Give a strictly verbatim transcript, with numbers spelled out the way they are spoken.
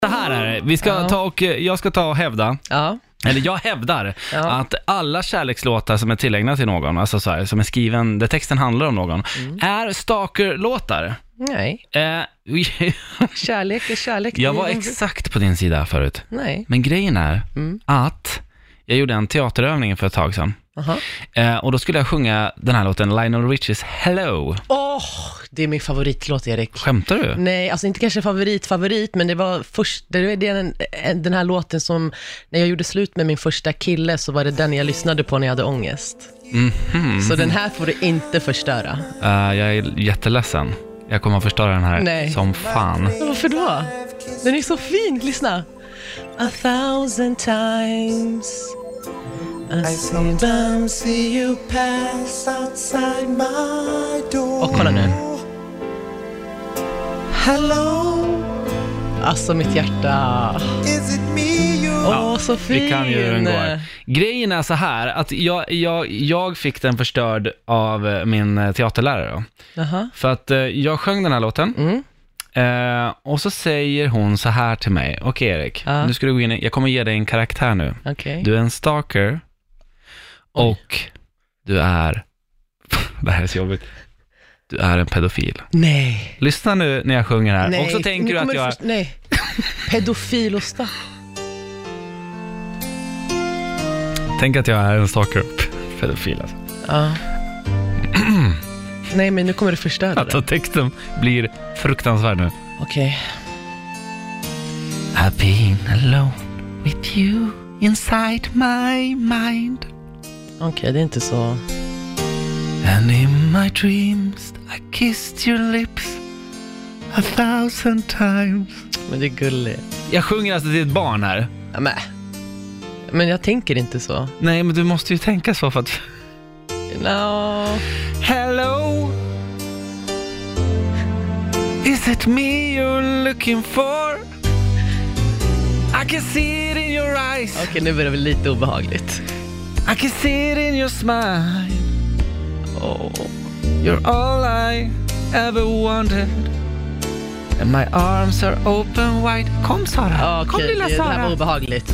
Det här är vi ska ja. ta och jag ska ta och hävda. Ja. Eller jag hävdar ja. att alla kärlekslåtar som är tillägnade till någon, alltså så här, som är skriven, där texten handlar om någon, mm. är stalker-låtar. Nej. Eh, kärlek är kärlek. Jag var exakt på din sida förut. Nej. Men grejen är mm. att jag gjorde en teaterövning för ett tag sedan. Uh-huh. Eh, och då skulle jag sjunga den här låten Lionel Richies Hello. Åh, oh, det är min favoritlåt, Erik. Skämtar du? Nej, alltså inte kanske favorit, favorit, men det var först, det var den, den här låten som, när jag gjorde slut med min första kille, så var det den jag lyssnade på när jag hade ångest. Mm-hmm. Så den här får du inte förstöra. Uh, jag är jätteledsen. Jag kommer att förstöra den här. Nej. Som fan. Varför då? Den är så fin, lyssna. A thousand times I sometimes see you pass outside my door. Och kolla nu. Hello. Alltså mitt hjärta. Is it me you? Åh, oh, så fin. Vi kan ju den går. Grejen är så här att jag, jag, jag fick den förstörd av min teaterlärare då. Uh-huh. För att eh, jag sjöng den här låten. Mm. Eh, och så säger hon så här till mig. Okej, okay, Erik, uh. nu ska du gå in. Jag kommer ge dig en karaktär nu. Okay. Du är en stalker. Oj. Och du är det här är så jobbigt. Du är en pedofil. Nej. Lyssna nu när jag sjunger här. Nej. Och så tänker du att jag är... Först... Nej. Pedofil och stack. Tänk att jag är en stalker. Pedofil alltså. Ja. Nej, men nu kommer du förstöra det. Alltså texten blir fruktansvärd nu. Okej. Okay. I've been alone with you inside my mind. Okej, okay, det är inte så. And in my dreams I kissed your lips a thousand times. Men det är gulligt. Jag sjunger alltså till ett barn här. Ja, men. men jag tänker inte så. Nej, men du måste ju tänka så för att... No. Hello. Is it me you're looking for? I can see it in your eyes. Okej, okay, nu börjar det bli lite obehagligt. I can see it in your smile. Oh, you're all I ever wanted. And my arms are open wide. Kom Sara, okay, kom lilla Sara. Det här var obehagligt.